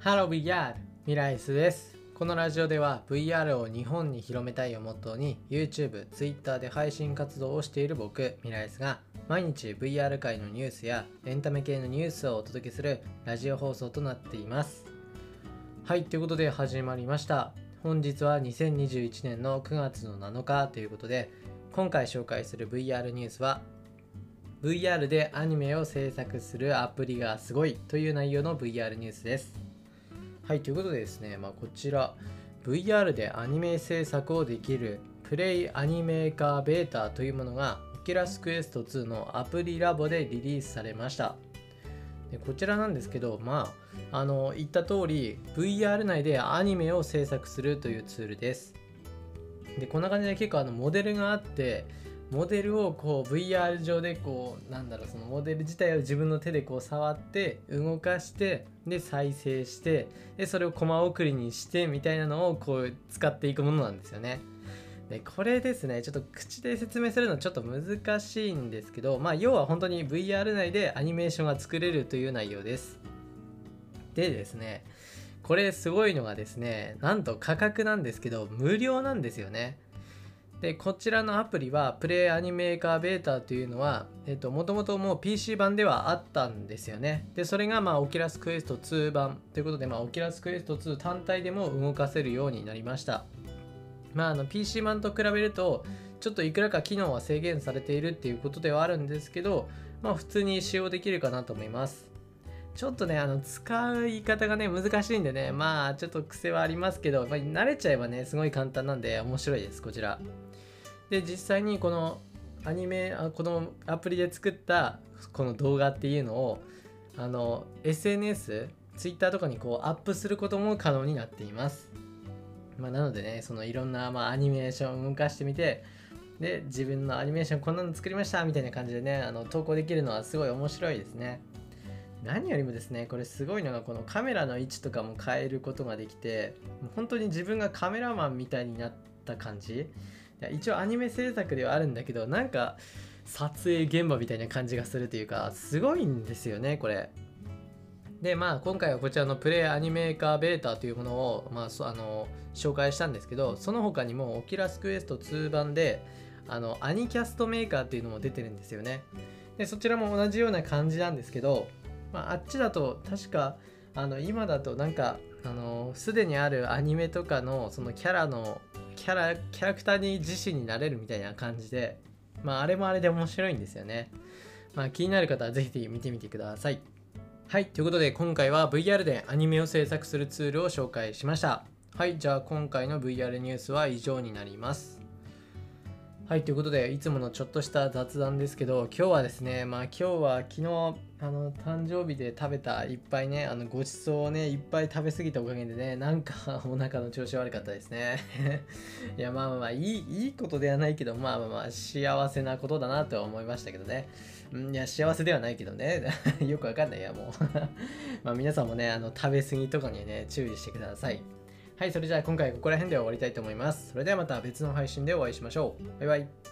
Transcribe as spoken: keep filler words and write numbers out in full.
ハロー ブイアール ミライスです。このラジオでは ブイアール を日本に広めたいをモットーに YouTube、Twitter で配信活動をしている僕、ミライスが毎日 ブイアール 界のニュースやエンタメ系のニュースをお届けするラジオ放送となっています。はい、ということで始まりました。本日はにせんにじゅういちねんのくがつのなのかということで、今回紹介する ブイアール ニュースは ブイアール でアニメを制作するアプリがすごいという内容の ブイアール ニュースです。はい、ということでですね、まあ、こちら ブイアール でアニメ制作をできるプレイアニメーカーベータというものが Oculus Quest ツーのアプリラボでリリースされました。でこちらなんですけど、まあ、あの言った通り ブイアール 内でアニメを制作するというツールです。でこんな感じで結構あのモデルがあって、モデルをこう ブイアール 上でこうなんだろうそのモデル自体を自分の手でこう触って動かしてで再生してでそれをコマ送りにしてみたいなのをこう使っていくものなんですよね。でこれですね、ちょっと口で説明するのちょっと難しいんですけど、まあ要は本当に ブイアール 内でアニメーションが作れるという内容です。でですね、これすごいのがですね、なんと価格なんですけど無料なんですよね。でこちらのアプリはプレイアニメーカーベータというのはもともともう ピーシー 版ではあったんですよね。でそれがまあ Oculus Quest ツー版ということで、まあ、Oculus Quest ツー単体でも動かせるようになりました。まあ、あの ピーシー 版と比べるとちょっといくらか機能は制限されているっていうことではあるんですけど、まあ、普通に使用できるかなと思います。ちょっとねあの使い方がね難しいんでね、まあちょっと癖はありますけど、まあ、慣れちゃえばねすごい簡単なんで面白いです。こちらで実際にこのアニメあこのアプリで作ったこの動画っていうのをあの エスエヌエス、Twitter とかにこうアップすることも可能になっています。まあ、なのでねそのいろんな、まあ、アニメーションを動かしてみてで自分のアニメーションこんなの作りましたみたいな感じでねあの投稿できるのはすごい面白いですね。何よりもですねこれすごいのがこのカメラの位置とかも変えることができて本当に自分がカメラマンみたいになった感じ。一応アニメ制作ではあるんだけどなんか撮影現場みたいな感じがするというかすごいんですよねこれ。でまあ今回はこちらのプレイアニメーカーベータというものを、まあ、あの紹介したんですけど、その他にも Oculus Quest ツー版であのアニキャストメーカーっていうのも出てるんですよね。でそちらも同じような感じなんですけど、まあ、あっちだと確かあの今だとなんかあのすでにあるアニメとかのそのキャラのキャラキャラクターに自身になれるみたいな感じで、まああれもあれで面白いんですよね。まあ気になる方はぜひ見てみてください。はい、ということで今回は ブイアール でアニメを制作するツールを紹介しました。はい、じゃあ今回の ブイアール ニュースは以上になります。はい、ということでいつものちょっとした雑談ですけど、今日はですね、まあ今日は昨日あの誕生日で食べたいっぱいね、あのごちそうをねいっぱい食べ過ぎたおかげでね、なんかお腹の調子悪かったですね。いやまあまあまあいいいいことではないけど、まあまあまあ幸せなことだなとは思いましたけどね。んいや幸せではないけどね。よくわかんないやもう。まあ皆さんもねあの食べ過ぎとかにね注意してください。はい、それじゃあ今回ここら辺で終わりたいと思います。それではまた別の配信でお会いしましょう。バイバイ。